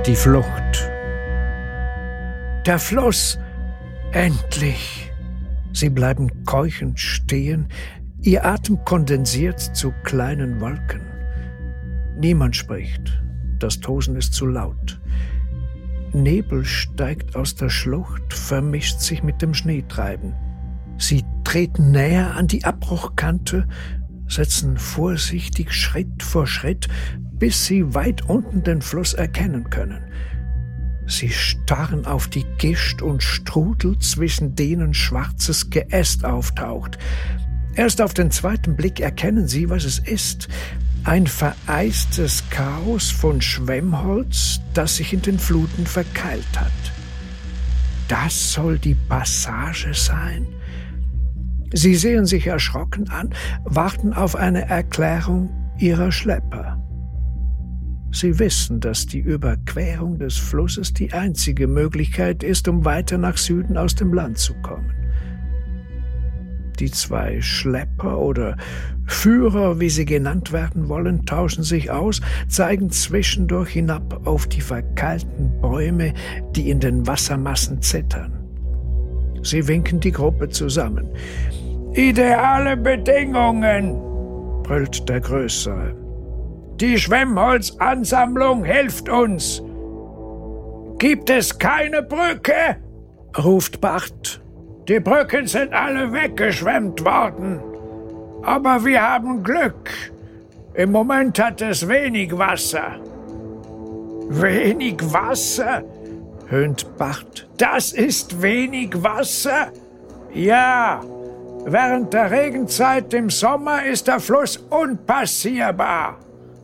Die Flucht. Der Fluss! Endlich! Sie bleiben keuchend stehen, ihr Atem kondensiert zu kleinen Wolken. Niemand spricht, das Tosen ist zu laut. Nebel steigt aus der Schlucht, vermischt sich mit dem Schneetreiben. Sie treten näher an die Abbruchkante, setzen vorsichtig Schritt vor Schritt, bis sie weit unten den Fluss erkennen können. Sie starren auf die Gischt und Strudel, zwischen denen schwarzes Geäst auftaucht. Erst auf den zweiten Blick erkennen sie, was es ist. Ein vereistes Chaos von Schwemmholz, das sich in den Fluten verkeilt hat. Das soll die Passage sein? Sie sehen sich erschrocken an, warten auf eine Erklärung ihrer Schlepper. Sie wissen, dass die Überquerung des Flusses die einzige Möglichkeit ist, um weiter nach Süden aus dem Land zu kommen. Die zwei Schlepper oder Führer, wie sie genannt werden wollen, tauschen sich aus, zeigen zwischendurch hinab auf die verkeilten Bäume, die in den Wassermassen zittern. Sie winken die Gruppe zusammen. »Ideale Bedingungen«, brüllt der Größere. »Die Schwemmholzansammlung hilft uns.« »Gibt es keine Brücke?«, ruft Bart. »Die Brücken sind alle weggeschwemmt worden. Aber wir haben Glück. Im Moment hat es wenig Wasser.« »Wenig Wasser?«, höhnt Bart. »Das ist wenig Wasser?« »Ja, während der Regenzeit im Sommer ist der Fluss unpassierbar.«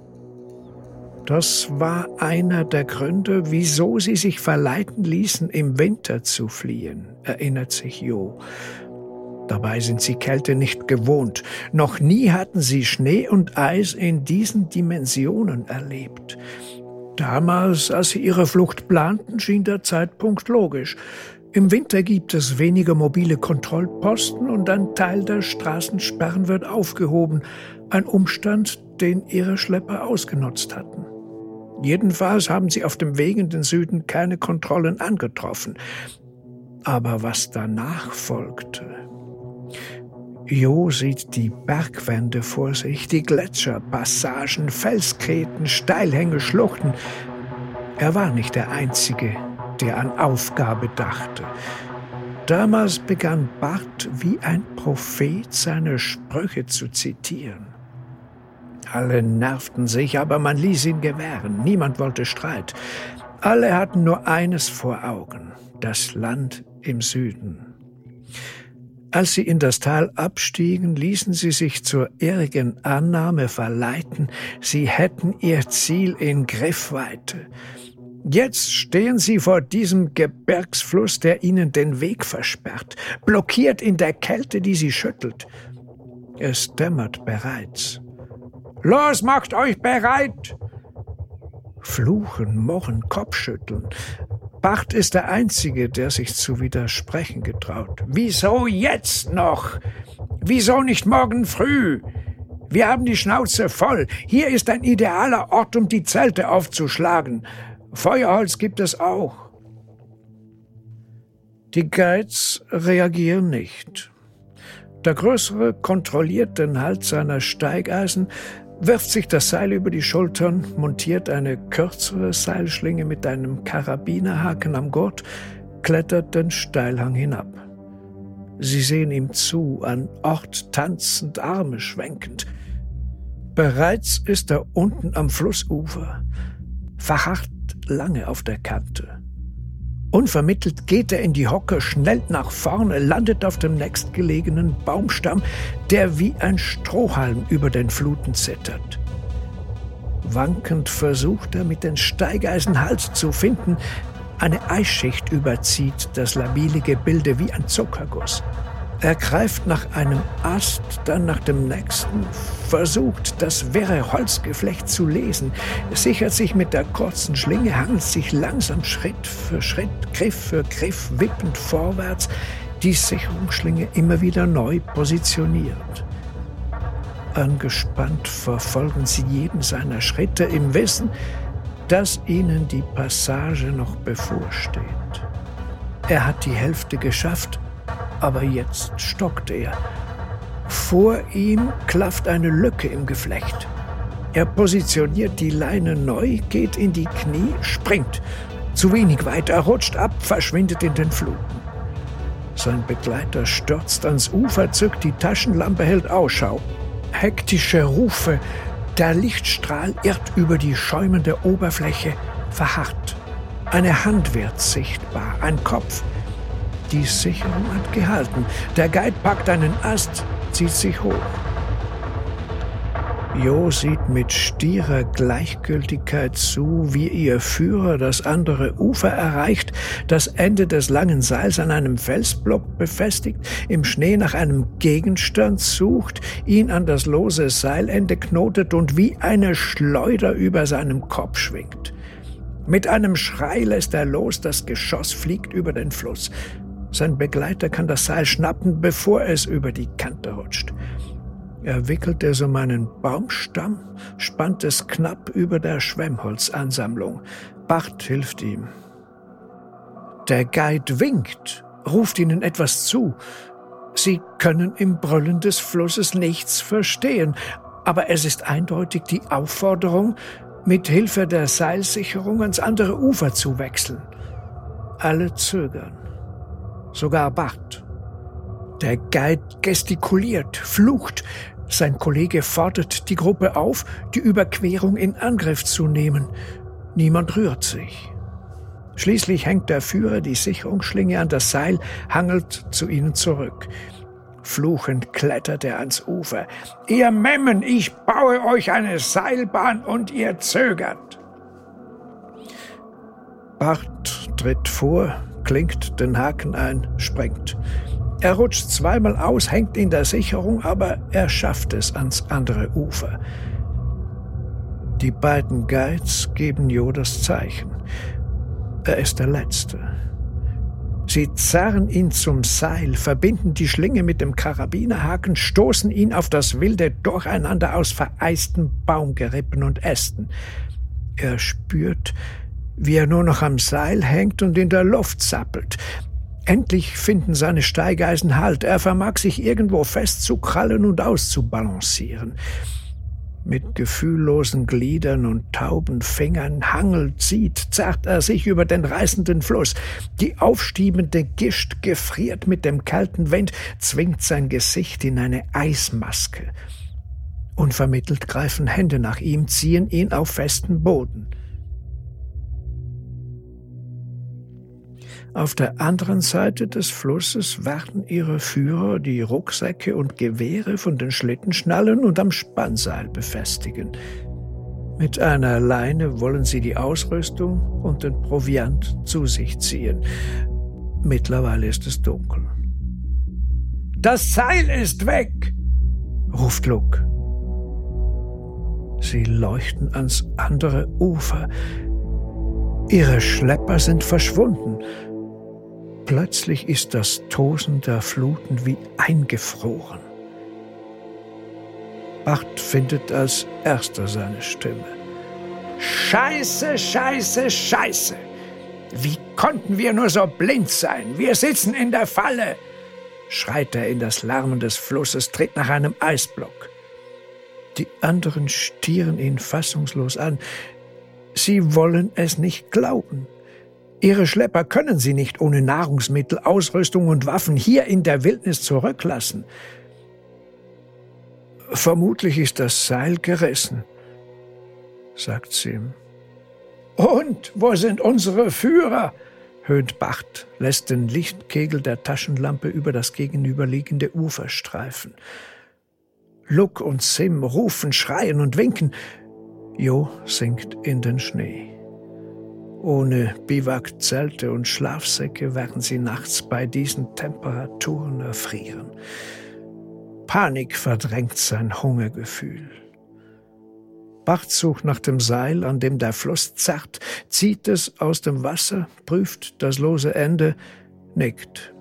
Das war einer der Gründe, wieso sie sich verleiten ließen, im Winter zu fliehen, erinnert sich Jo. Dabei sind sie Kälte nicht gewohnt. Noch nie hatten sie Schnee und Eis in diesen Dimensionen erlebt. Damals, als sie ihre Flucht planten, schien der Zeitpunkt logisch. Im Winter gibt es weniger mobile Kontrollposten und ein Teil der Straßensperren wird aufgehoben, ein Umstand, den ihre Schlepper ausgenutzt hatten. Jedenfalls haben sie auf dem Weg in den Süden keine Kontrollen angetroffen. Aber was danach folgte? Jo sieht die Bergwände vor sich, die Gletscher, Passagen, Felskreten, Steilhänge, Schluchten. Er war nicht der Einzige, der an Aufgabe dachte. Damals begann Bart wie ein Prophet seine Sprüche zu zitieren. Alle nervten sich, aber man ließ ihn gewähren. Niemand wollte Streit. Alle hatten nur eines vor Augen: das Land im Süden. Als sie in das Tal abstiegen, ließen sie sich zur irrigen Annahme verleiten, sie hätten ihr Ziel in Griffweite. Jetzt stehen sie vor diesem Gebirgsfluss, der ihnen den Weg versperrt, blockiert in der Kälte, die sie schüttelt. Es dämmert bereits. »Los, macht euch bereit!« Fluchen, murren, Kopfschütteln. Bart ist der Einzige, der sich zu widersprechen getraut. »Wieso jetzt noch? Wieso nicht morgen früh? Wir haben die Schnauze voll. Hier ist ein idealer Ort, um die Zelte aufzuschlagen. Feuerholz gibt es auch.« Die Guides reagieren nicht. Der Größere kontrolliert den Halt seiner Steigeisen, wirft sich das Seil über die Schultern, montiert eine kürzere Seilschlinge mit einem Karabinerhaken am Gurt, klettert den Steilhang hinab. Sie sehen ihm zu, an Ort tanzend, Arme schwenkend. Bereits ist er unten am Flussufer, verharrt lange auf der Kante. Unvermittelt geht er in die Hocke, schnellt nach vorne, landet auf dem nächstgelegenen Baumstamm, der wie ein Strohhalm über den Fluten zittert. Wankend versucht er, mit den Steigeisen Halt zu finden. Eine Eisschicht überzieht das labile Gebilde wie ein Zuckerguss. Er greift nach einem Ast, dann nach dem nächsten, versucht, das wirre Holzgeflecht zu lesen, sichert sich mit der kurzen Schlinge, hangelt sich langsam Schritt für Schritt, Griff für Griff, wippend vorwärts, die Sicherungsschlinge immer wieder neu positioniert. Angespannt verfolgen sie jeden seiner Schritte im Wissen, dass ihnen die Passage noch bevorsteht. Er hat die Hälfte geschafft, aber jetzt stockt er. Vor ihm klafft eine Lücke im Geflecht. Er positioniert die Leine neu, geht in die Knie, springt. Zu wenig weit, er rutscht ab, verschwindet in den Fluten. Sein Begleiter stürzt ans Ufer, zückt die Taschenlampe, hält Ausschau. Hektische Rufe, der Lichtstrahl irrt über die schäumende Oberfläche, verharrt. Eine Hand wird sichtbar, ein Kopf. Die Sicherung hat gehalten. Der Guide packt einen Ast, zieht sich hoch. Jo sieht mit stierer Gleichgültigkeit zu, wie ihr Führer das andere Ufer erreicht, das Ende des langen Seils an einem Felsblock befestigt, im Schnee nach einem Gegenstand sucht, ihn an das lose Seilende knotet und wie eine Schleuder über seinem Kopf schwingt. Mit einem Schrei lässt er los, das Geschoss fliegt über den Fluss. Sein Begleiter kann das Seil schnappen, bevor es über die Kante rutscht. Er wickelt es um einen Baumstamm, spannt es knapp über der Schwemmholzansammlung. Bart hilft ihm. Der Guide winkt, ruft ihnen etwas zu. Sie können im Brüllen des Flusses nichts verstehen, aber es ist eindeutig die Aufforderung, mit Hilfe der Seilsicherung ans andere Ufer zu wechseln. Alle zögern. Sogar Bart. Der Guide gestikuliert, flucht. Sein Kollege fordert die Gruppe auf, die Überquerung in Angriff zu nehmen. Niemand rührt sich. Schließlich hängt der Führer die Sicherungsschlinge an das Seil, hangelt zu ihnen zurück. Fluchend klettert er ans Ufer. »Ihr Memmen, ich baue euch eine Seilbahn und ihr zögert!« Bart tritt vor, klinkt den Haken ein, springt. Er rutscht zweimal aus, hängt in der Sicherung, aber er schafft es ans andere Ufer. Die beiden Guides geben Jo das Zeichen. Er ist der Letzte. Sie zerren ihn zum Seil, verbinden die Schlinge mit dem Karabinerhaken, stoßen ihn auf das wilde Durcheinander aus vereisten Baumgerippen und Ästen. Er spürt, wie er nur noch am Seil hängt und in der Luft zappelt. Endlich finden seine Steigeisen Halt. Er vermag sich irgendwo festzukrallen und auszubalancieren. Mit gefühllosen Gliedern und tauben Fingern hangelt, zieht, zerrt er sich über den reißenden Fluss. Die aufstiebende Gischt gefriert mit dem kalten Wind, zwingt sein Gesicht in eine Eismaske. Unvermittelt greifen Hände nach ihm, ziehen ihn auf festen Boden. Auf der anderen Seite des Flusses werden ihre Führer die Rucksäcke und Gewehre von den Schlittenschnallen und am Spannseil befestigen. Mit einer Leine wollen sie die Ausrüstung und den Proviant zu sich ziehen. Mittlerweile ist es dunkel. »Das Seil ist weg«, ruft Luke. Sie leuchten ans andere Ufer. Ihre Schlepper sind verschwunden. Plötzlich ist das Tosen der Fluten wie eingefroren. Bart findet als erster seine Stimme. »Scheiße, scheiße, scheiße! Wie konnten wir nur so blind sein? Wir sitzen in der Falle!« schreit er in das Lärmen des Flusses, tritt nach einem Eisblock. Die anderen stieren ihn fassungslos an. Sie wollen es nicht glauben. Ihre Schlepper können sie nicht ohne Nahrungsmittel, Ausrüstung und Waffen hier in der Wildnis zurücklassen. »Vermutlich ist das Seil gerissen«, sagt Sim. »Und wo sind unsere Führer?« höhnt Bart, lässt den Lichtkegel der Taschenlampe über das gegenüberliegende Ufer streifen. Luke und Sim rufen, schreien und winken. Jo sinkt in den Schnee. Ohne Biwakzelte und Schlafsäcke werden sie nachts bei diesen Temperaturen erfrieren. Panik verdrängt sein Hungergefühl. Bart sucht nach dem Seil, an dem der Fluss zerrt, zieht es aus dem Wasser, prüft das lose Ende, nickt.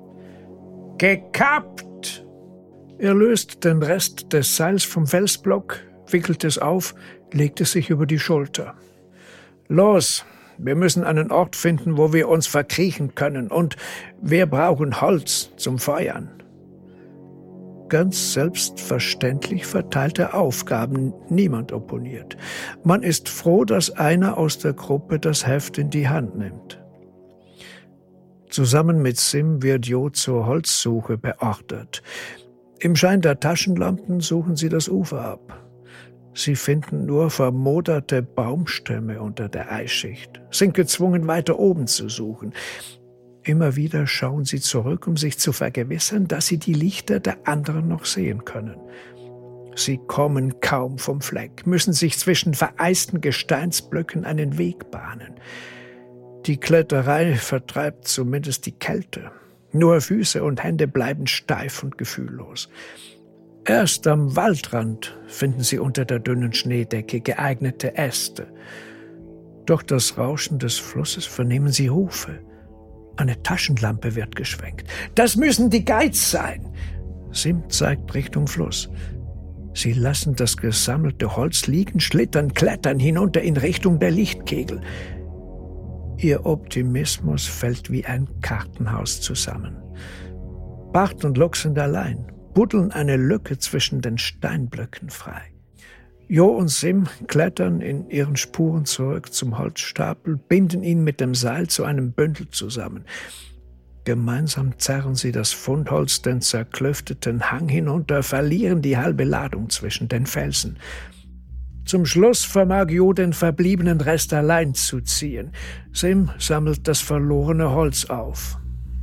»Gekappt!« Er löst den Rest des Seils vom Felsblock, wickelt es auf, legt es sich über die Schulter. Los, wir müssen einen Ort finden, wo wir uns verkriechen können, und wir brauchen Holz zum Feuern. Ganz selbstverständlich verteilte Aufgaben, niemand opponiert. Man ist froh, dass einer aus der Gruppe das Heft in die Hand nimmt. Zusammen mit Sim wird Jo zur Holzsuche beordert. Im Schein der Taschenlampen suchen sie das Ufer ab. Sie finden nur vermoderte Baumstämme unter der Eisschicht, sind gezwungen, weiter oben zu suchen. Immer wieder schauen sie zurück, um sich zu vergewissern, dass sie die Lichter der anderen noch sehen können. Sie kommen kaum vom Fleck, müssen sich zwischen vereisten Gesteinsblöcken einen Weg bahnen. Die Kletterei vertreibt zumindest die Kälte. Nur Füße und Hände bleiben steif und gefühllos. Erst am Waldrand finden sie unter der dünnen Schneedecke geeignete Äste. Durch das Rauschen des Flusses vernehmen sie Rufe. Eine Taschenlampe wird geschwenkt. Das müssen die Guides sein. Sim zeigt Richtung Fluss. Sie lassen das gesammelte Holz liegen, schlittern, klettern hinunter in Richtung der Lichtkegel. Ihr Optimismus fällt wie ein Kartenhaus zusammen. Bart und Luck sind allein, buddeln eine Lücke zwischen den Steinblöcken frei. Jo und Sim klettern in ihren Spuren zurück zum Holzstapel, binden ihn mit dem Seil zu einem Bündel zusammen. Gemeinsam zerren sie das Fundholz den zerklüfteten Hang hinunter, verlieren die halbe Ladung zwischen den Felsen. Zum Schluss vermag Jo den verbliebenen Rest allein zu ziehen. Sim sammelt das verlorene Holz auf.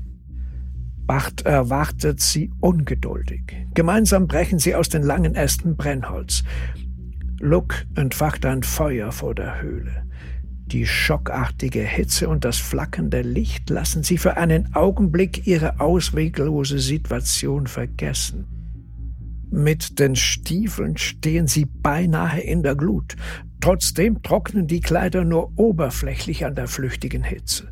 Bart erwartet sie ungeduldig. Gemeinsam brechen sie aus den langen Ästen Brennholz. Luck entfacht ein Feuer vor der Höhle. Die schockartige Hitze und das flackernde Licht lassen sie für einen Augenblick ihre ausweglose Situation vergessen. Mit den Stiefeln stehen sie beinahe in der Glut. Trotzdem trocknen die Kleider nur oberflächlich an der flüchtigen Hitze.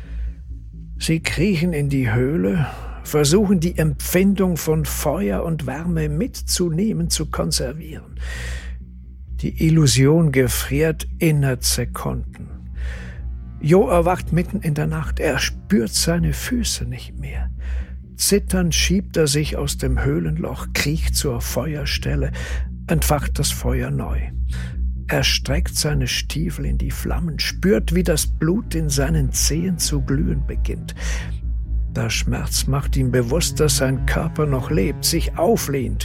Sie kriechen in die Höhle, versuchen die Empfindung von Feuer und Wärme mitzunehmen, zu konservieren. Die Illusion gefriert innerhalb Sekunden. Jo erwacht mitten in der Nacht. Er spürt seine Füße nicht mehr. Zitternd schiebt er sich aus dem Höhlenloch, kriecht zur Feuerstelle, entfacht das Feuer neu. Er streckt seine Stiefel in die Flammen, spürt, wie das Blut in seinen Zehen zu glühen beginnt. Der Schmerz macht ihm bewusst, dass sein Körper noch lebt, sich auflehnt.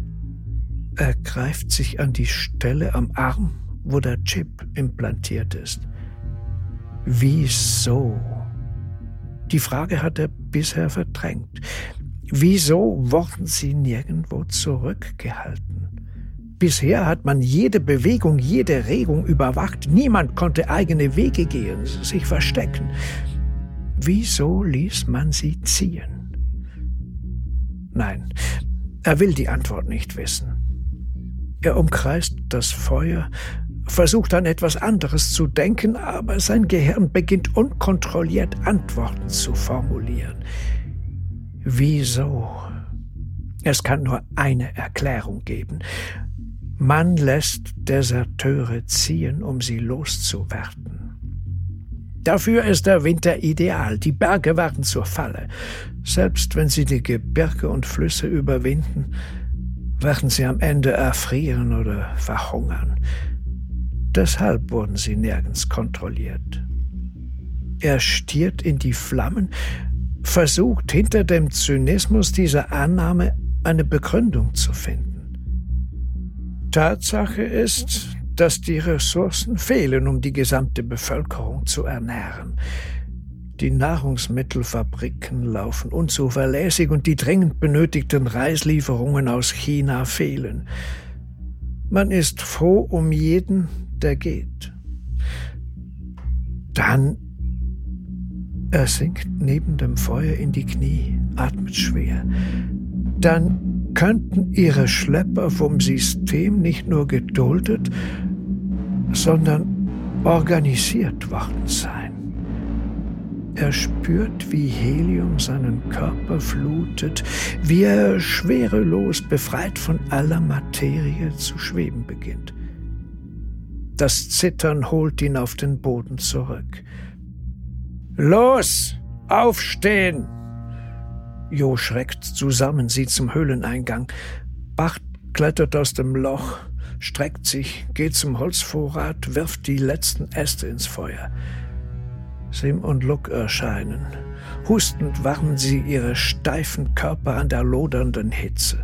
Er greift sich an die Stelle am Arm, wo der Chip implantiert ist. Wieso? Die Frage hat er bisher verdrängt. Wieso wurden sie nirgendwo zurückgehalten? Bisher hat man jede Bewegung, jede Regung überwacht. Niemand konnte eigene Wege gehen, sich verstecken. Wieso ließ man sie ziehen? Nein, er will die Antwort nicht wissen. Er umkreist das Feuer, versucht an etwas anderes zu denken, aber sein Gehirn beginnt unkontrolliert Antworten zu formulieren. Wieso? Es kann nur eine Erklärung geben. Man lässt Deserteure ziehen, um sie loszuwerden. Dafür ist der Winter ideal. Die Berge werden zur Falle. Selbst wenn sie die Gebirge und Flüsse überwinden, werden sie am Ende erfrieren oder verhungern. Deshalb wurden sie nirgends kontrolliert. Er stiert in die Flammen, versucht hinter dem Zynismus dieser Annahme eine Begründung zu finden. Tatsache ist, dass die Ressourcen fehlen, um die gesamte Bevölkerung zu ernähren. Die Nahrungsmittelfabriken laufen unzuverlässig und die dringend benötigten Reislieferungen aus China fehlen. Man ist froh um jeden, der geht. Dann er sinkt neben dem Feuer in die Knie, atmet schwer. Dann könnten ihre Schlepper vom System nicht nur geduldet, sondern organisiert worden sein. Er spürt, wie Helium seinen Körper flutet, wie er schwerelos, befreit von aller Materie zu schweben beginnt. Das Zittern holt ihn auf den Boden zurück. »Los, aufstehen!« Jo schreckt zusammen, sieht zum Höhleneingang. Bart klettert aus dem Loch, streckt sich, geht zum Holzvorrat, wirft die letzten Äste ins Feuer. Sim und Luck erscheinen. Hustend warmen sie ihre steifen Körper an der lodernden Hitze.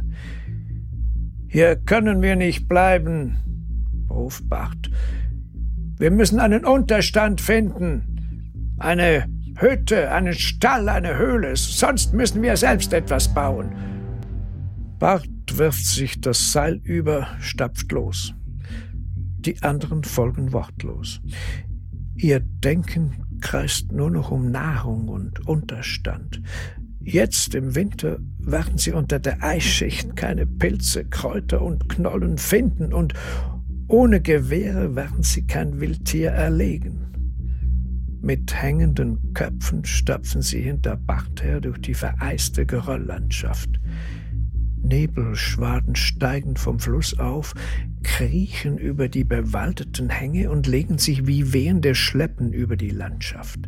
»Hier können wir nicht bleiben«, ruft Bart. »Wir müssen einen Unterstand finden. Eine Hütte, einen Stall, eine Höhle. Sonst müssen wir selbst etwas bauen.« Bart wirft sich das Seil über, stapft los. Die anderen folgen wortlos. Ihr Denken kreist nur noch um Nahrung und Unterstand. Jetzt im Winter werden sie unter der Eisschicht keine Pilze, Kräuter und Knollen finden und ohne Gewehre werden sie kein Wildtier erlegen. Mit hängenden Köpfen stapfen sie hinter Bart her durch die vereiste Gerölllandschaft. Nebelschwaden steigen vom Fluss auf, kriechen über die bewaldeten Hänge und legen sich wie wehende Schleppen über die Landschaft.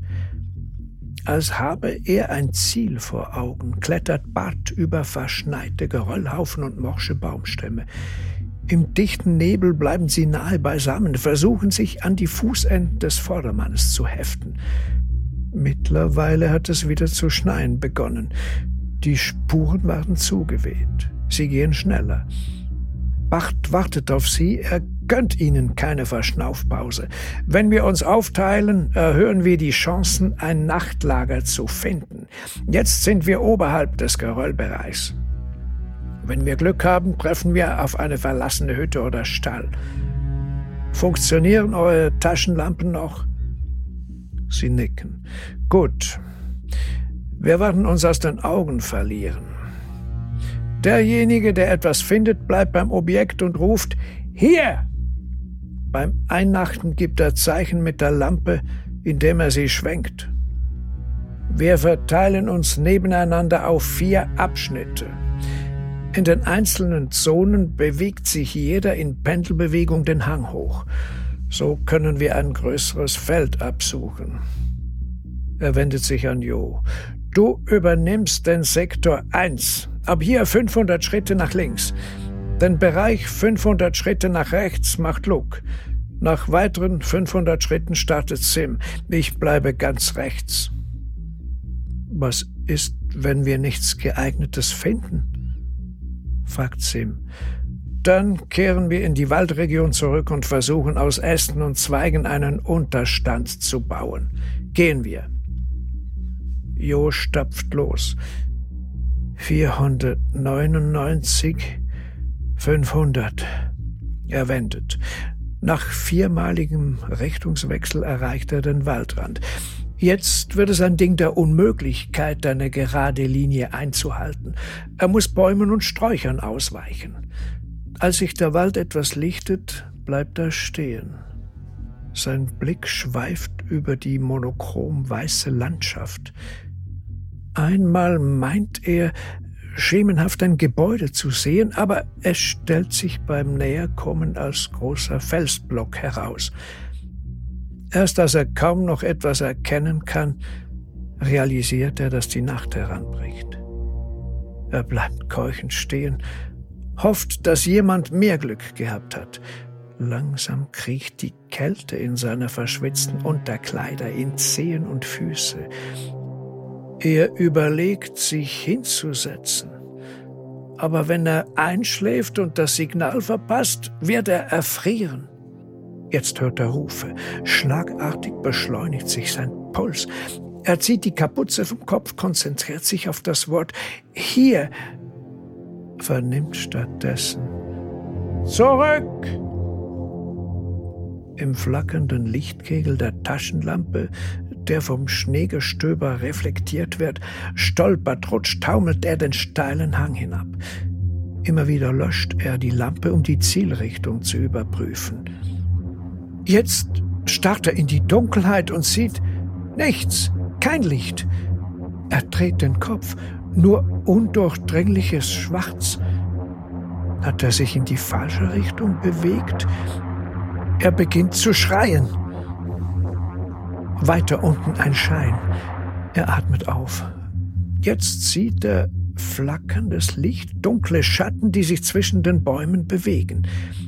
Als habe er ein Ziel vor Augen, klettert Bart über verschneite Geröllhaufen und morsche Baumstämme. Im dichten Nebel bleiben sie nahe beisammen, versuchen sich an die Fußenden des Vordermannes zu heften. Mittlerweile hat es wieder zu schneien begonnen. Die Spuren werden zugeweht. Sie gehen schneller. Bart wartet auf sie, er gönnt ihnen keine Verschnaufpause. Wenn wir uns aufteilen, erhöhen wir die Chancen, ein Nachtlager zu finden. Jetzt sind wir oberhalb des Geröllbereichs. Wenn wir Glück haben, treffen wir auf eine verlassene Hütte oder Stall. Funktionieren eure Taschenlampen noch? Sie nicken. Gut. Wir werden uns aus den Augen verlieren. Derjenige, der etwas findet, bleibt beim Objekt und ruft »Hier!« Beim Einnachten gibt er Zeichen mit der Lampe, indem er sie schwenkt. Wir verteilen uns nebeneinander auf 4 Abschnitte. In den einzelnen Zonen bewegt sich jeder in Pendelbewegung den Hang hoch. So können wir ein größeres Feld absuchen. Er wendet sich an Jo. Du übernimmst den Sektor 1. Ab hier 500 Schritte nach links. Den Bereich 500 Schritte nach rechts macht Luke. Nach weiteren 500 Schritten startet Sim. Ich bleibe ganz rechts. Was ist, wenn wir nichts Geeignetes finden? Fragt Sim. Dann kehren wir in die Waldregion zurück und versuchen aus Ästen und Zweigen einen Unterstand zu bauen. Gehen wir. Jo stapft los. 499, 500. Er wendet. Nach 4-maligem Richtungswechsel erreicht er den Waldrand. Jetzt wird es ein Ding der Unmöglichkeit, eine gerade Linie einzuhalten. Er muss Bäumen und Sträuchern ausweichen. Als sich der Wald etwas lichtet, bleibt er stehen. Sein Blick schweift über die monochrom weiße Landschaft. Einmal meint er, schemenhaft ein Gebäude zu sehen, aber es stellt sich beim Näherkommen als großer Felsblock heraus. Erst als er kaum noch etwas erkennen kann, realisiert er, dass die Nacht heranbricht. Er bleibt keuchend stehen, hofft, dass jemand mehr Glück gehabt hat. Langsam kriecht die Kälte in seine verschwitzten Unterkleider, in Zehen und Füße. Er überlegt, sich hinzusetzen. Aber wenn er einschläft und das Signal verpasst, wird er erfrieren. Jetzt hört er Rufe. Schlagartig beschleunigt sich sein Puls. Er zieht die Kapuze vom Kopf, konzentriert sich auf das Wort »Hier«, vernimmt stattdessen »Zurück!« Im flackernden Lichtkegel der Taschenlampe, der vom Schneegestöber reflektiert wird, stolpert, rutscht, taumelt er den steilen Hang hinab. Immer wieder löscht er die Lampe, um die Zielrichtung zu überprüfen. Jetzt starrt er in die Dunkelheit und sieht nichts, kein Licht. Er dreht den Kopf, nur undurchdringliches Schwarz. Hat er sich in die falsche Richtung bewegt? Er beginnt zu schreien. Weiter unten ein Schein. Er atmet auf. Jetzt sieht er flackerndes Licht, dunkle Schatten, die sich zwischen den Bäumen bewegen.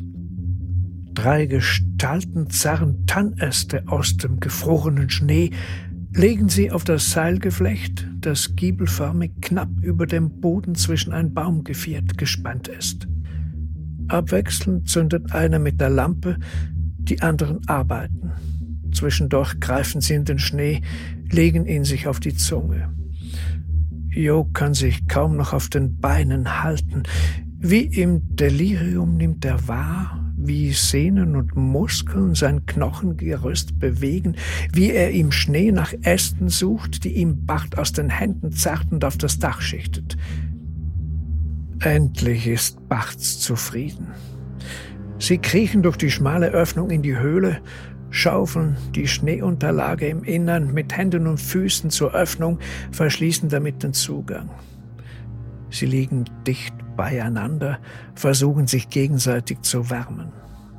3 Gestalten zerren Tannäste aus dem gefrorenen Schnee, legen sie auf das Seilgeflecht, das giebelförmig knapp über dem Boden zwischen ein Baumgeviert gespannt ist. Abwechselnd zündet einer mit der Lampe, die anderen arbeiten. Zwischendurch greifen sie in den Schnee, legen ihn sich auf die Zunge. Jo kann sich kaum noch auf den Beinen halten. Wie im Delirium nimmt er wahr, wie Sehnen und Muskeln sein Knochengerüst bewegen, wie er im Schnee nach Ästen sucht, die ihm Bart aus den Händen zerrt und auf das Dach schichtet. Endlich ist Barts zufrieden. Sie kriechen durch die schmale Öffnung in die Höhle, schaufeln die Schneeunterlage im Innern mit Händen und Füßen zur Öffnung, verschließen damit den Zugang. Sie liegen dicht beieinander, versuchen sich gegenseitig zu wärmen.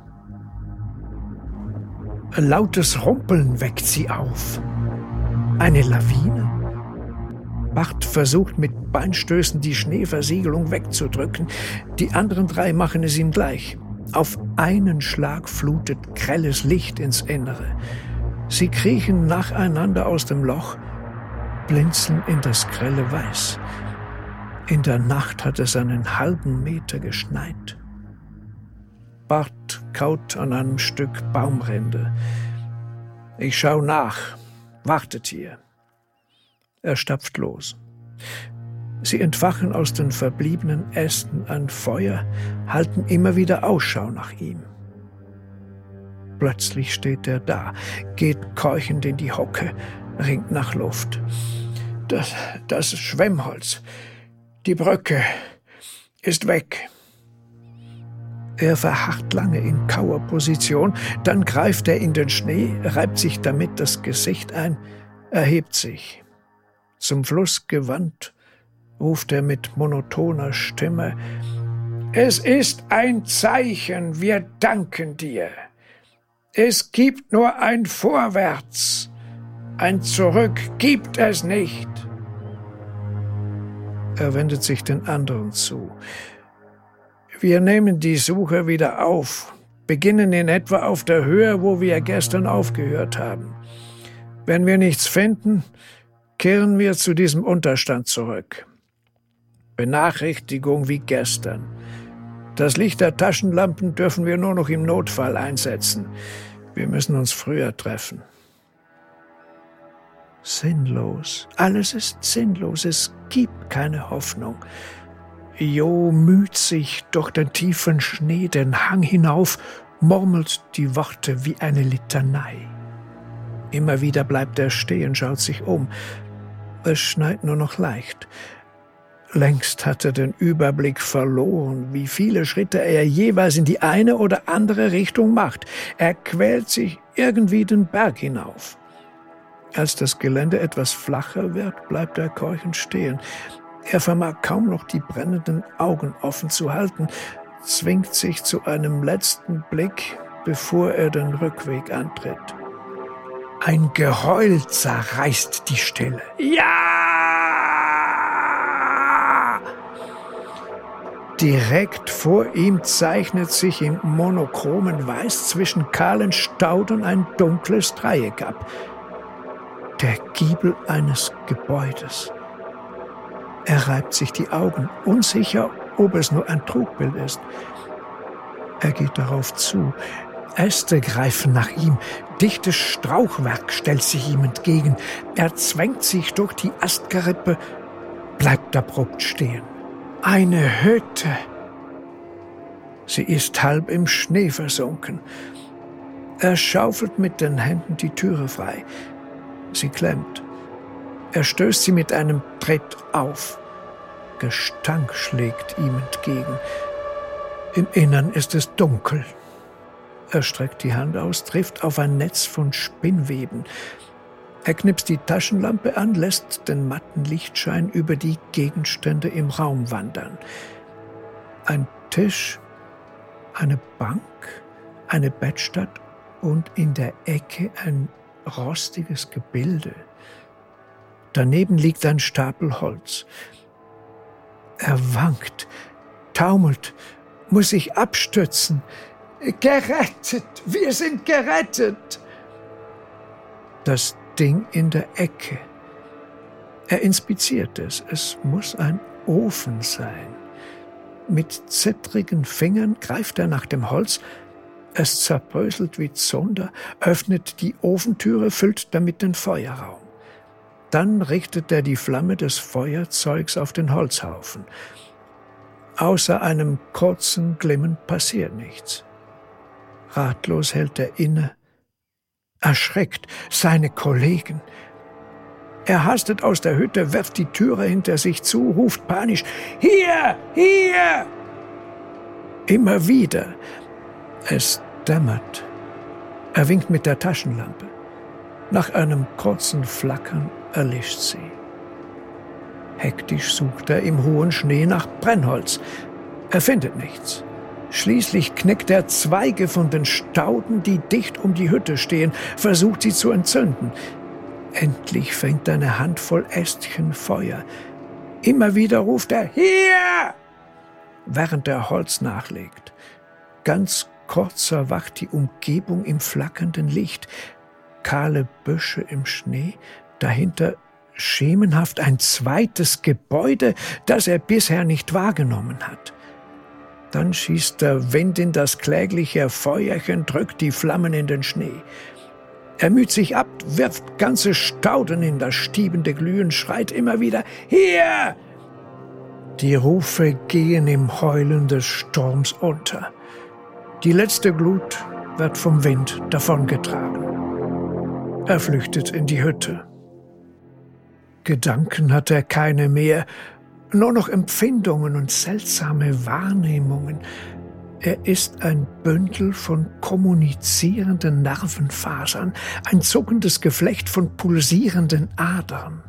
Ein lautes Rumpeln weckt sie auf. Eine Lawine? Bart versucht mit Beinstößen die Schneeversiegelung wegzudrücken. Die anderen 3 machen es ihm gleich. Auf einen Schlag flutet grelles Licht ins Innere. Sie kriechen nacheinander aus dem Loch, blinzeln in das grelle Weiß. In der Nacht hat es einen halben Meter geschneit. Bart kaut an einem Stück Baumrinde. Ich schau nach. Wartet hier. Er stapft los. Sie entfachen aus den verbliebenen Ästen ein Feuer, halten immer wieder Ausschau nach ihm. Plötzlich steht er da, geht keuchend in die Hocke, ringt nach Luft. Das Schwemmholz, die Brücke, ist weg. Er verharrt lange in Kauerposition, dann greift er in den Schnee, reibt sich damit das Gesicht ein, erhebt sich. Zum Fluss gewandt, ruft er mit monotoner Stimme: Es ist ein Zeichen, wir danken dir. Es gibt nur ein Vorwärts, ein Zurück gibt es nicht. Er wendet sich den anderen zu. Wir nehmen die Suche wieder auf, beginnen in etwa auf der Höhe, wo wir gestern aufgehört haben. Wenn wir nichts finden, kehren wir zu diesem Unterstand zurück. Benachrichtigung wie gestern. Das Licht der Taschenlampen dürfen wir nur noch im Notfall einsetzen. Wir müssen uns früher treffen. Sinnlos. Alles ist sinnlos. Es gibt keine Hoffnung. Jo müht sich durch den tiefen Schnee den Hang hinauf, murmelt die Worte wie eine Litanei. Immer wieder bleibt er stehen, schaut sich um. Es schneit nur noch leicht. Längst hat er den Überblick verloren, wie viele Schritte er jeweils in die eine oder andere Richtung macht. Er quält sich irgendwie den Berg hinauf. Als das Gelände etwas flacher wird, bleibt er keuchend stehen. Er vermag kaum noch die brennenden Augen offen zu halten, zwingt sich zu einem letzten Blick, bevor er den Rückweg antritt. Ein Geheul zerreißt die Stille. Ja! Direkt vor ihm zeichnet sich im monochromen Weiß zwischen kahlen Stauden ein dunkles Dreieck ab. Der Giebel eines Gebäudes. Er reibt sich die Augen, unsicher, ob es nur ein Trugbild ist. Er geht darauf zu. Äste greifen nach ihm. Dichtes Strauchwerk stellt sich ihm entgegen. Er zwängt sich durch die Astgerippe, bleibt abrupt stehen. Eine Hütte. Sie ist halb im Schnee versunken. Er schaufelt mit den Händen die Türe frei. Sie klemmt. Er stößt sie mit einem Tritt auf. Gestank schlägt ihm entgegen. Im Innern ist es dunkel. Er streckt die Hand aus, trifft auf ein Netz von Spinnweben. Er knipst die Taschenlampe an, lässt den matten Lichtschein über die Gegenstände im Raum wandern. Ein Tisch, eine Bank, eine Bettstatt und in der Ecke ein rostiges Gebilde. Daneben liegt ein Stapel Holz. Er wankt, taumelt, muss sich abstützen. Gerettet! Wir sind gerettet! Das Ding in der Ecke. Er inspiziert es. Es muss ein Ofen sein. Mit zittrigen Fingern greift er nach dem Holz. Es zerbröselt wie Zunder, öffnet die Ofentüre, füllt damit den Feuerraum. Dann richtet er die Flamme des Feuerzeugs auf den Holzhaufen. Außer einem kurzen Glimmen passiert nichts. Ratlos hält er inne, erschreckt seine Kollegen. Er hastet aus der Hütte, wirft die Türe hinter sich zu, ruft panisch: »Hier! Hier!« Immer wieder. Es dämmert. Er winkt mit der Taschenlampe. Nach einem kurzen Flackern erlischt sie. Hektisch sucht er im hohen Schnee nach Brennholz. Er findet nichts. Schließlich knickt er Zweige von den Stauden, die dicht um die Hütte stehen, versucht sie zu entzünden. Endlich fängt eine Handvoll Ästchen Feuer. Immer wieder ruft er: »Hier!« während er Holz nachlegt. Ganz kurz erwacht die Umgebung im flackernden Licht. Kahle Büsche im Schnee, dahinter schemenhaft ein zweites Gebäude, das er bisher nicht wahrgenommen hat. Dann schießt der Wind in das klägliche Feuerchen, drückt die Flammen in den Schnee. Er müht sich ab, wirft ganze Stauden in das stiebende Glühen, schreit immer wieder: »Hier!« Die Rufe gehen im Heulen des Sturms unter. Die letzte Glut wird vom Wind davongetragen. Er flüchtet in die Hütte. Gedanken hat er keine mehr, nur noch Empfindungen und seltsame Wahrnehmungen. Er ist ein Bündel von kommunizierenden Nervenfasern, ein zuckendes Geflecht von pulsierenden Adern.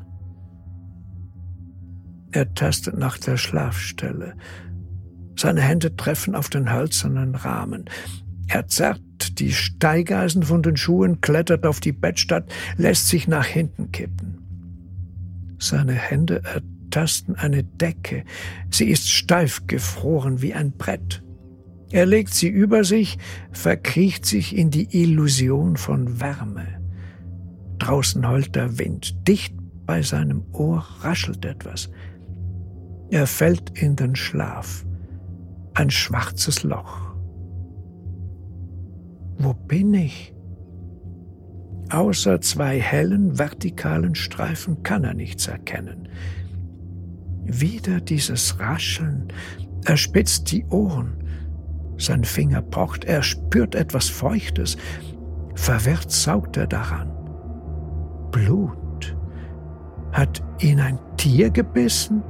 Er tastet nach der Schlafstelle. Seine Hände treffen auf den hölzernen Rahmen. Er zerrt die Steigeisen von den Schuhen, klettert auf die Bettstatt, lässt sich nach hinten kippen. Seine Hände ertasten eine Decke. Sie ist steif gefroren wie ein Brett. Er legt sie über sich, verkriecht sich in die Illusion von Wärme. Draußen heult der Wind. Dicht bei seinem Ohr raschelt etwas. Er fällt in den Schlaf. Ein schwarzes Loch. Wo bin ich? Außer zwei hellen, vertikalen Streifen kann er nichts erkennen. Wieder dieses Rascheln. Er spitzt die Ohren. Sein Finger pocht, er spürt etwas Feuchtes. Verwirrt saugt er daran. Blut. Hat ihn ein Tier gebissen?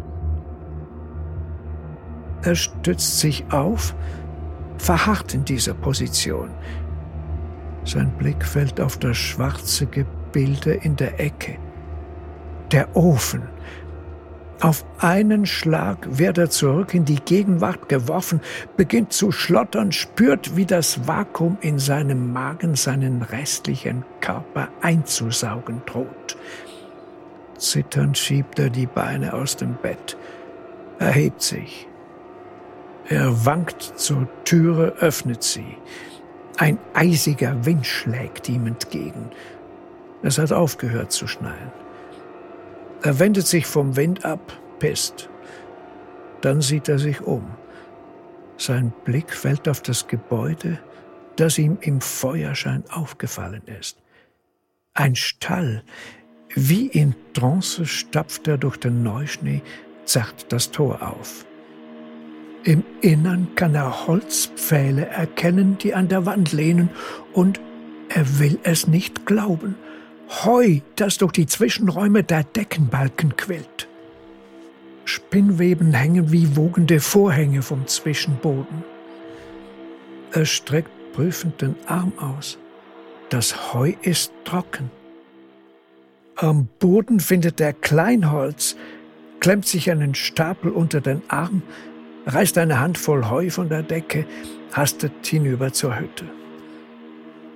Er stützt sich auf, verharrt in dieser Position. Sein Blick fällt auf das schwarze Gebilde in der Ecke. Der Ofen. Auf einen Schlag wird er zurück in die Gegenwart geworfen, beginnt zu schlottern, spürt, wie das Vakuum in seinem Magen seinen restlichen Körper einzusaugen droht. Zitternd schiebt er die Beine aus dem Bett, erhebt sich. Er wankt zur Türe, öffnet sie. Ein eisiger Wind schlägt ihm entgegen. Es hat aufgehört zu schneien. Er wendet sich vom Wind ab, pisst. Dann sieht er sich um. Sein Blick fällt auf das Gebäude, das ihm im Feuerschein aufgefallen ist. Ein Stall. Wie in Trance stapft er durch den Neuschnee, zerrt das Tor auf. Im Innern kann er Holzpfähle erkennen, die an der Wand lehnen, und er will es nicht glauben. Heu, das durch die Zwischenräume der Deckenbalken quillt. Spinnweben hängen wie wogende Vorhänge vom Zwischenboden. Er streckt prüfend den Arm aus. Das Heu ist trocken. Am Boden findet er Kleinholz, klemmt sich einen Stapel unter den Arm, reißt eine Handvoll Heu von der Decke, hastet hinüber zur Hütte.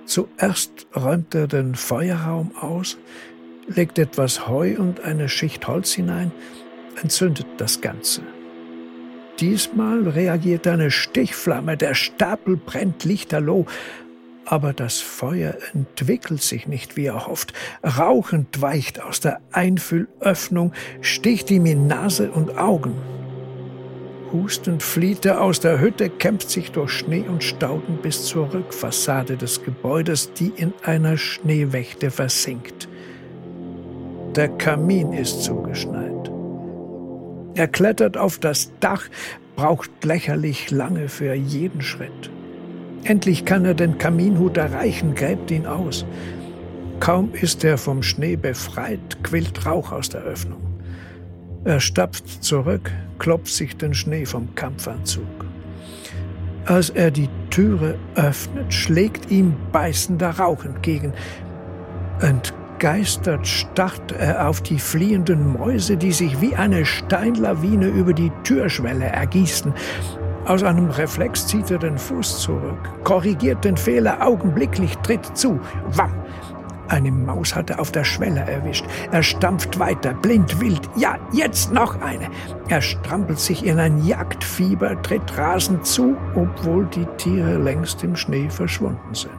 Zuerst räumt er den Feuerraum aus, legt etwas Heu und eine Schicht Holz hinein, entzündet das Ganze. Diesmal reagiert eine Stichflamme, der Stapel brennt lichterloh, aber das Feuer entwickelt sich nicht, wie er hofft. Rauchend weicht aus der Einfüllöffnung, sticht ihm in Nase und Augen. Hustend flieht er aus der Hütte, kämpft sich durch Schnee und Stauden bis zur Rückfassade des Gebäudes, die in einer Schneewächte versinkt. Der Kamin ist zugeschneit. Er klettert auf das Dach, braucht lächerlich lange für jeden Schritt. Endlich kann er den Kaminhut erreichen, gräbt ihn aus. Kaum ist er vom Schnee befreit, quillt Rauch aus der Öffnung. Er stapft zurück, klopft sich den Schnee vom Kampfanzug. Als er die Türe öffnet, schlägt ihm beißender Rauch entgegen. Entgeistert starrt er auf die fliehenden Mäuse, die sich wie eine Steinlawine über die Türschwelle ergießen. Aus einem Reflex zieht er den Fuß zurück, korrigiert den Fehler augenblicklich, tritt zu. Wamm! Eine Maus hat er auf der Schwelle erwischt. Er stampft weiter, blind, wild. Ja, jetzt noch eine. Er strampelt sich in ein Jagdfieber, tritt rasend zu, obwohl die Tiere längst im Schnee verschwunden sind.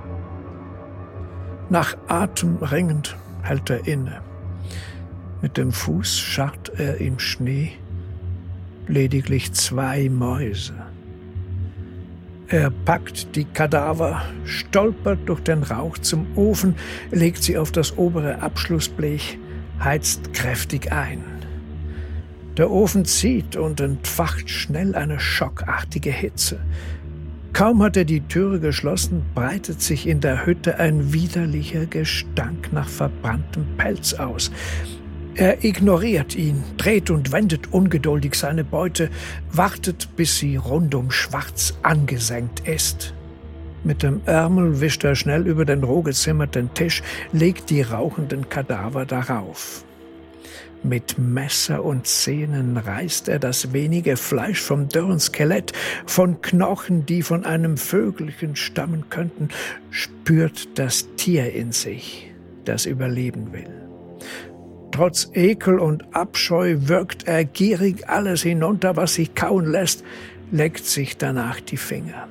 Nach Atem ringend hält er inne. Mit dem Fuß scharrt er im Schnee. Lediglich 2 Mäuse. Er packt die Kadaver, stolpert durch den Rauch zum Ofen, legt sie auf das obere Abschlussblech, heizt kräftig ein. Der Ofen zieht und entfacht schnell eine schockartige Hitze. Kaum hat er die Türe geschlossen, breitet sich in der Hütte ein widerlicher Gestank nach verbranntem Pelz aus. Er ignoriert ihn, dreht und wendet ungeduldig seine Beute, wartet, bis sie rundum schwarz angesenkt ist. Mit dem Ärmel wischt er schnell über den roh gezimmerten Tisch, legt die rauchenden Kadaver darauf. Mit Messer und Zähnen reißt er das wenige Fleisch vom dürren Skelett, von Knochen, die von einem Vögelchen stammen könnten, spürt das Tier in sich, das überleben will. Trotz Ekel und Abscheu würgt er gierig alles hinunter, was sich kauen lässt, leckt sich danach die Finger.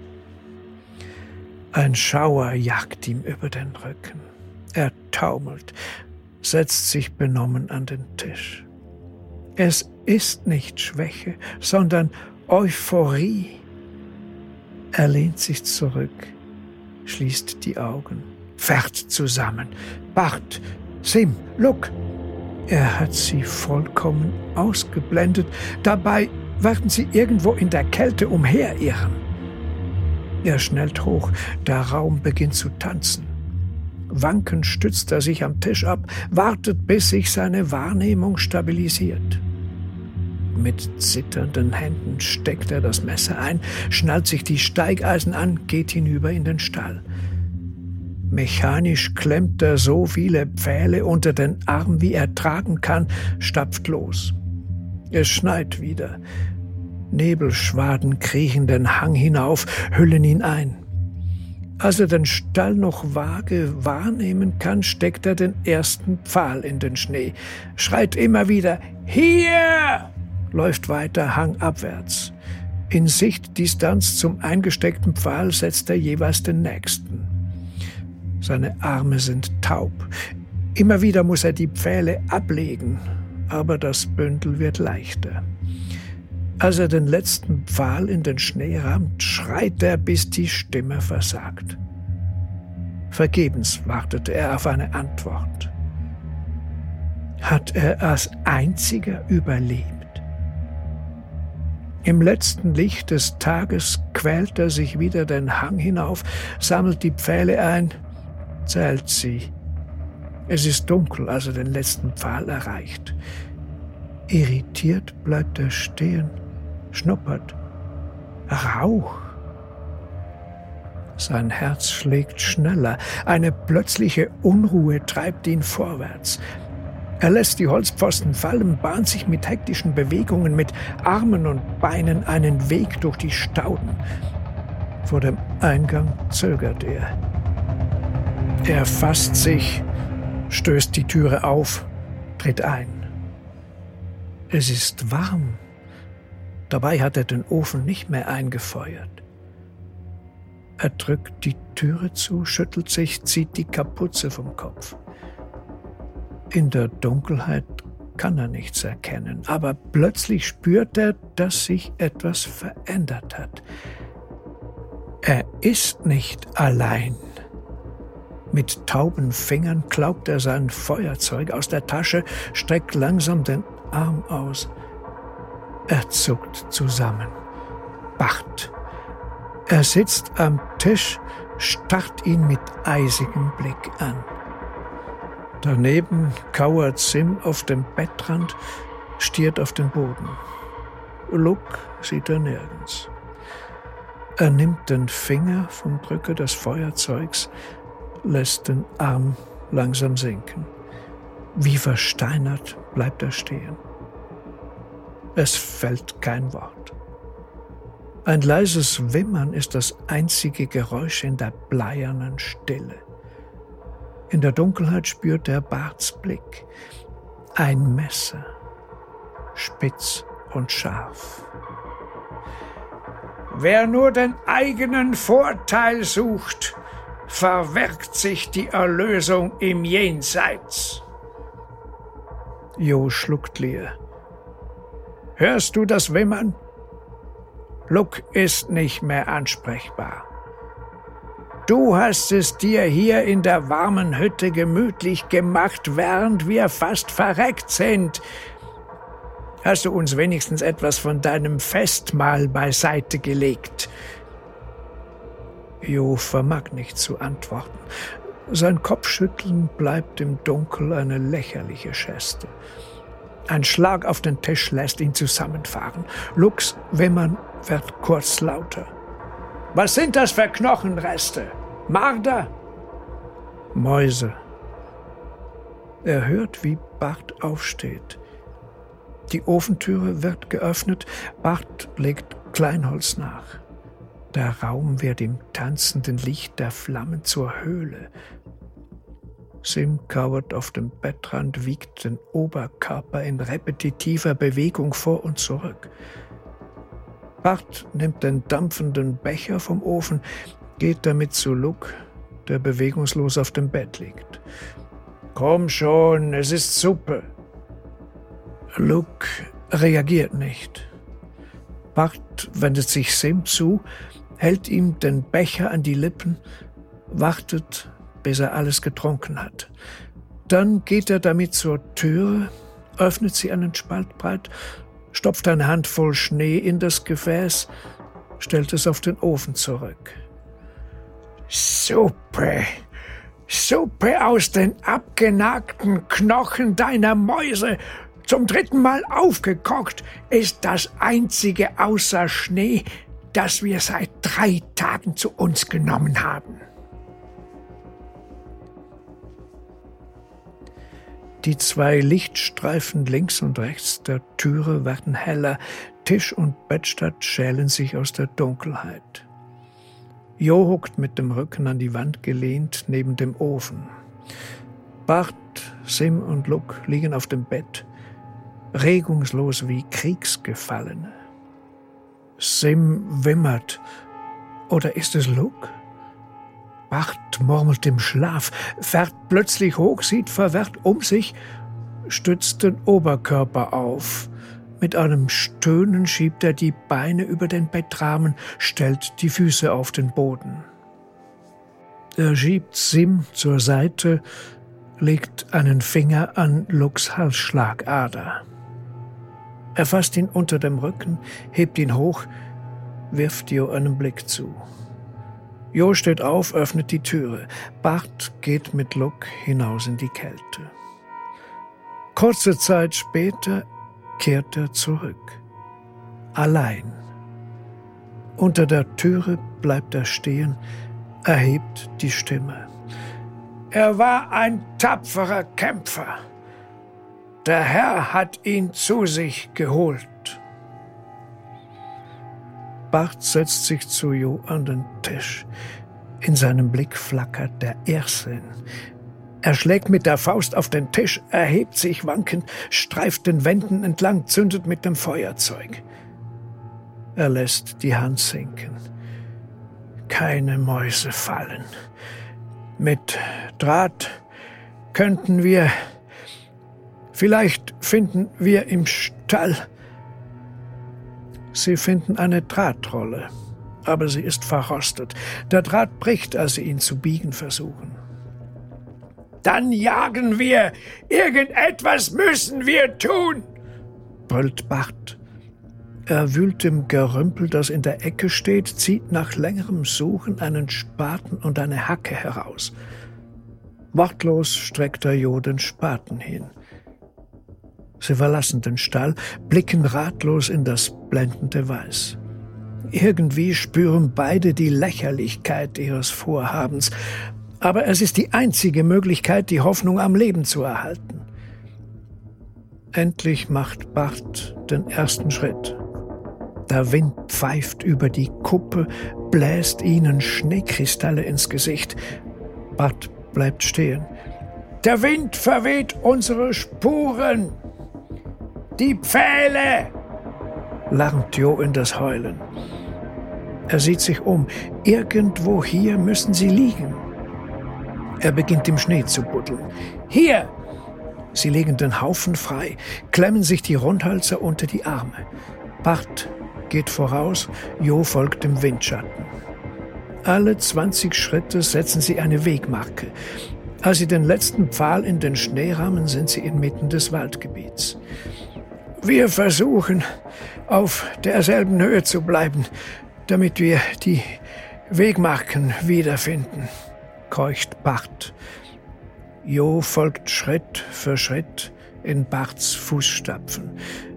Ein Schauer jagt ihm über den Rücken. Er taumelt, setzt sich benommen an den Tisch. Es ist nicht Schwäche, sondern Euphorie. Er lehnt sich zurück, schließt die Augen, fährt zusammen. Bart, Sim, Look! Er hat sie vollkommen ausgeblendet. Dabei werden sie irgendwo in der Kälte umherirren. Er schnellt hoch. Der Raum beginnt zu tanzen. Wankend stützt er sich am Tisch ab, wartet, bis sich seine Wahrnehmung stabilisiert. Mit zitternden Händen steckt er das Messer ein, schnallt sich die Steigeisen an, geht hinüber in den Stall. Mechanisch klemmt er so viele Pfähle unter den Arm, wie er tragen kann, stapft los. Es schneit wieder. Nebelschwaden kriechen den Hang hinauf, hüllen ihn ein. Als er den Stall noch vage wahrnehmen kann, steckt er den ersten Pfahl in den Schnee, schreit immer wieder »Hier!«, läuft weiter hangabwärts. In Sichtdistanz zum eingesteckten Pfahl setzt er jeweils den nächsten. Seine Arme sind taub. Immer wieder muss er die Pfähle ablegen, aber das Bündel wird leichter. Als er den letzten Pfahl in den Schnee rammt, schreit er, bis die Stimme versagt. Vergebens wartete er auf eine Antwort. Hat er als einziger überlebt? Im letzten Licht des Tages quält er sich wieder den Hang hinauf, sammelt die Pfähle ein, zählt sie. Es ist dunkel, als er den letzten Pfahl erreicht. Irritiert bleibt er stehen, schnuppert. Rauch! Sein Herz schlägt schneller. Eine plötzliche Unruhe treibt ihn vorwärts. Er lässt die Holzpfosten fallen, bahnt sich mit hektischen Bewegungen, mit Armen und Beinen einen Weg durch die Stauden. Vor dem Eingang zögert er. Er fasst sich, stößt die Türe auf, tritt ein. Es ist warm. Dabei hat er den Ofen nicht mehr eingefeuert. Er drückt die Türe zu, schüttelt sich, zieht die Kapuze vom Kopf. In der Dunkelheit kann er nichts erkennen, aber plötzlich spürt er, dass sich etwas verändert hat. Er ist nicht allein. Mit tauben Fingern klaubt er sein Feuerzeug aus der Tasche, streckt langsam den Arm aus. Er zuckt zusammen. Bart. Er sitzt am Tisch, starrt ihn mit eisigem Blick an. Daneben kauert Sim auf dem Bettrand, stiert auf den Boden. Luke sieht er nirgends. Er nimmt den Finger vom Drücker des Feuerzeugs, lässt den Arm langsam sinken. Wie versteinert bleibt er stehen. Es fällt kein Wort. Ein leises Wimmern ist das einzige Geräusch in der bleiernen Stille. In der Dunkelheit spürt er Barts Blick. Ein Messer, spitz und scharf. Wer nur den eigenen Vorteil sucht, verwirkt sich die Erlösung im Jenseits. Jo schluckt leer. Hörst du das Wimmern? Luke ist nicht mehr ansprechbar. Du hast es dir hier in der warmen Hütte gemütlich gemacht, während wir fast verreckt sind. Hast du uns wenigstens etwas von deinem Festmahl beiseite gelegt? Jo vermag nicht zu antworten. Sein Kopfschütteln bleibt im Dunkel eine lächerliche Geste. Ein Schlag auf den Tisch lässt ihn zusammenfahren. Lukes Wimmern wird kurz lauter. Was sind das für Knochenreste? Marder? Mäuse. Er hört, wie Bart aufsteht. Die Ofentüre wird geöffnet, Bart legt Kleinholz nach. Der Raum wird im tanzenden Licht der Flammen zur Höhle. Sim kauert auf dem Bettrand, wiegt den Oberkörper in repetitiver Bewegung vor und zurück. Bart nimmt den dampfenden Becher vom Ofen, geht damit zu Luke, der bewegungslos auf dem Bett liegt. Komm schon, es ist Suppe. Luke reagiert nicht. Bart wendet sich Sim zu, hält ihm den Becher an die Lippen, wartet, bis er alles getrunken hat. Dann geht er damit zur Türe, öffnet sie einen Spalt breit, stopft eine Handvoll Schnee in das Gefäß, stellt es auf den Ofen zurück. Suppe! Suppe aus den abgenagten Knochen deiner Mäuse, zum 3. Mal aufgekocht, ist das einzige außer Schnee, das wir seit 3 Tagen zu uns genommen haben. Die 2 Lichtstreifen links und rechts der Türe werden heller. Tisch und Bettstatt schälen sich aus der Dunkelheit. Jo hockt mit dem Rücken an die Wand gelehnt neben dem Ofen. Bart, Sim und Luke liegen auf dem Bett, regungslos wie Kriegsgefallene. Sim wimmert. Oder ist es Luke? Bart murmelt im Schlaf, fährt plötzlich hoch, sieht verwirrt um sich, stützt den Oberkörper auf. Mit einem Stöhnen schiebt er die Beine über den Bettrahmen, stellt die Füße auf den Boden. Er schiebt Sim zur Seite, legt einen Finger an Lukes Halsschlagader. Er fasst ihn unter dem Rücken, hebt ihn hoch, wirft Jo einen Blick zu. Jo steht auf, öffnet die Türe. Bart geht mit Luke hinaus in die Kälte. Kurze Zeit später kehrt er zurück. Allein. Unter der Türe bleibt er stehen, erhebt die Stimme. Er war ein tapferer Kämpfer. Der Herr hat ihn zu sich geholt. Bart setzt sich zu Jo an den Tisch. In seinem Blick flackert der Irrsinn. Er schlägt mit der Faust auf den Tisch, erhebt sich wankend, streift den Wänden entlang, zündet mit dem Feuerzeug. Er lässt die Hand sinken. Keine Mäuse fallen. Mit Draht könnten wir... Vielleicht finden wir im Stall... Sie finden eine Drahtrolle, aber sie ist verrostet. Der Draht bricht, als sie ihn zu biegen versuchen. »Dann jagen wir! Irgendetwas müssen wir tun!« brüllt Bart. Er wühlt im Gerümpel, das in der Ecke steht, zieht nach längerem Suchen einen Spaten und eine Hacke heraus. Wortlos streckt er Jo den Spaten hin. Sie verlassen den Stall, blicken ratlos in das blendende Weiß. Irgendwie spüren beide die Lächerlichkeit ihres Vorhabens, aber es ist die einzige Möglichkeit, die Hoffnung am Leben zu erhalten. Endlich macht Bart den ersten Schritt. Der Wind pfeift über die Kuppe, bläst ihnen Schneekristalle ins Gesicht. Bart bleibt stehen. »Der Wind verweht unsere Spuren! Die Pfähle!« lärmt Jo in das Heulen. Er sieht sich um. Irgendwo hier müssen sie liegen. Er beginnt im Schnee zu buddeln. »Hier!« Sie legen den Haufen frei, klemmen sich die Rundhölzer unter die Arme. Bart geht voraus, Jo folgt dem Windschatten. Alle 20 Schritte setzen sie eine Wegmarke. Als sie den letzten Pfahl in den Schnee rammen, sind sie inmitten des Waldgebiets. »Wir versuchen, auf derselben Höhe zu bleiben, damit wir die Wegmarken wiederfinden«, keucht Bart. Jo folgt Schritt für Schritt in Barts Fußstapfen.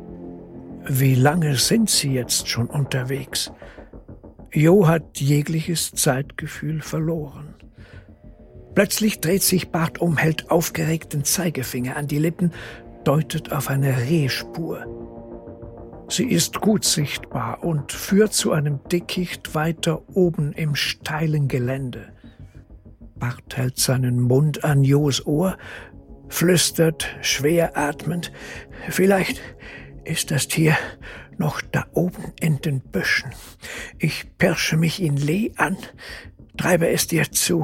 Wie lange sind sie jetzt schon unterwegs? Jo hat jegliches Zeitgefühl verloren. Plötzlich dreht sich Bart um, hält aufgeregt den Zeigefinger an die Lippen, deutet auf eine Rehspur. Sie ist gut sichtbar und führt zu einem Dickicht weiter oben im steilen Gelände. Bart hält seinen Mund an Jos Ohr, flüstert schwer atmend, »Vielleicht ist das Tier noch da oben in den Büschen. Ich pirsche mich in Lee an, treibe es dir zu.«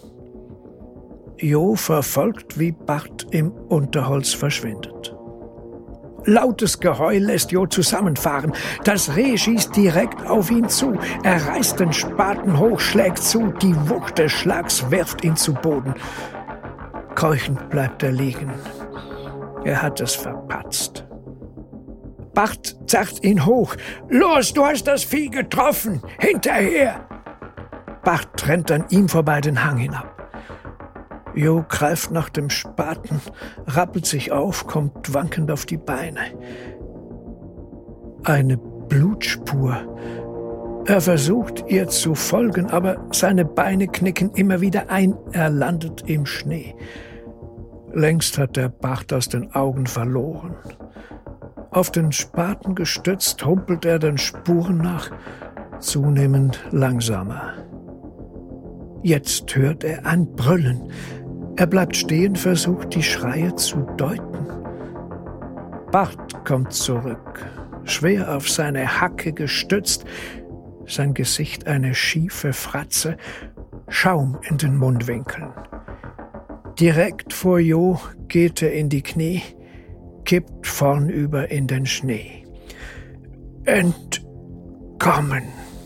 Jo verfolgt, wie Bart im Unterholz verschwindet. Lautes Geheul lässt Jo zusammenfahren. Das Reh schießt direkt auf ihn zu. Er reißt den Spaten hoch, schlägt zu. Die Wucht des Schlags wirft ihn zu Boden. Keuchend bleibt er liegen. Er hat es verpatzt. Bart zerrt ihn hoch. »Los, du hast das Vieh getroffen! Hinterher!« Bart rennt an ihm vorbei den Hang hinab. Jo greift nach dem Spaten, rappelt sich auf, kommt wankend auf die Beine. Eine Blutspur. Er versucht, ihr zu folgen, aber seine Beine knicken immer wieder ein. Er landet im Schnee. Längst hat der Bart aus den Augen verloren. Auf den Spaten gestützt humpelt er den Spuren nach, zunehmend langsamer. Jetzt hört er ein Brüllen. Er bleibt stehen, versucht, die Schreie zu deuten. Bart kommt zurück, schwer auf seine Hacke gestützt, sein Gesicht eine schiefe Fratze, Schaum in den Mundwinkeln. Direkt vor Jo geht er in die Knie, kippt vornüber in den Schnee. Entkommen!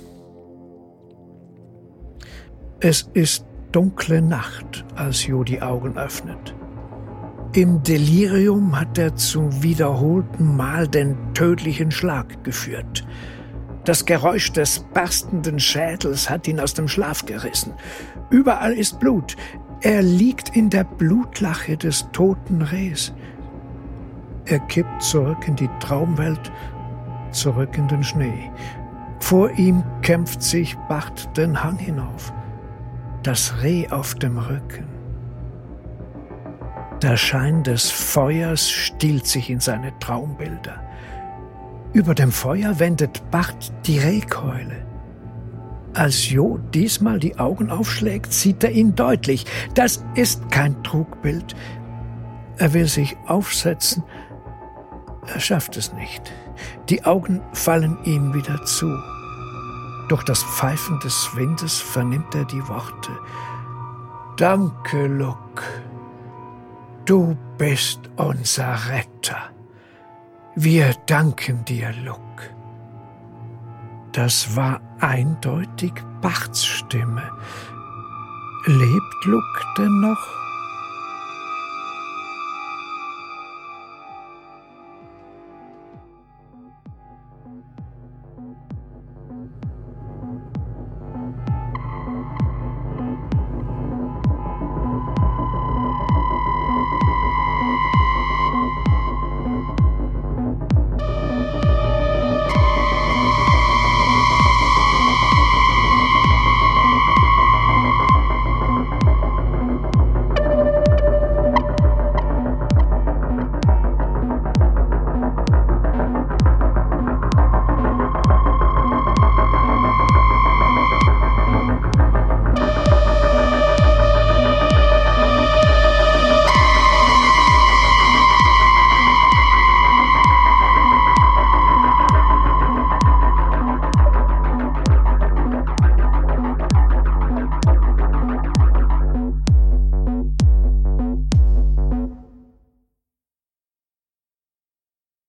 Es ist dunkle Nacht, als Jo die Augen öffnet. Im Delirium hat er zum wiederholten Mal den tödlichen Schlag geführt. Das Geräusch des berstenden Schädels hat ihn aus dem Schlaf gerissen. Überall ist Blut. Er liegt in der Blutlache des toten Rehs. Er kippt zurück in die Traumwelt, zurück in den Schnee. Vor ihm kämpft sich Bart den Hang hinauf. Das Reh auf dem Rücken. Der Schein des Feuers stiehlt sich in seine Traumbilder. Über dem Feuer wendet Bart die Rehkeule. Als Jo diesmal die Augen aufschlägt, sieht er ihn deutlich. Das ist kein Trugbild. Er will sich aufsetzen. Er schafft es nicht. Die Augen fallen ihm wieder zu. Durch das Pfeifen des Windes vernimmt er die Worte. Danke, Luck. Du bist unser Retter. Wir danken dir, Luck. Das war eindeutig Barts Stimme. Lebt Luck denn noch?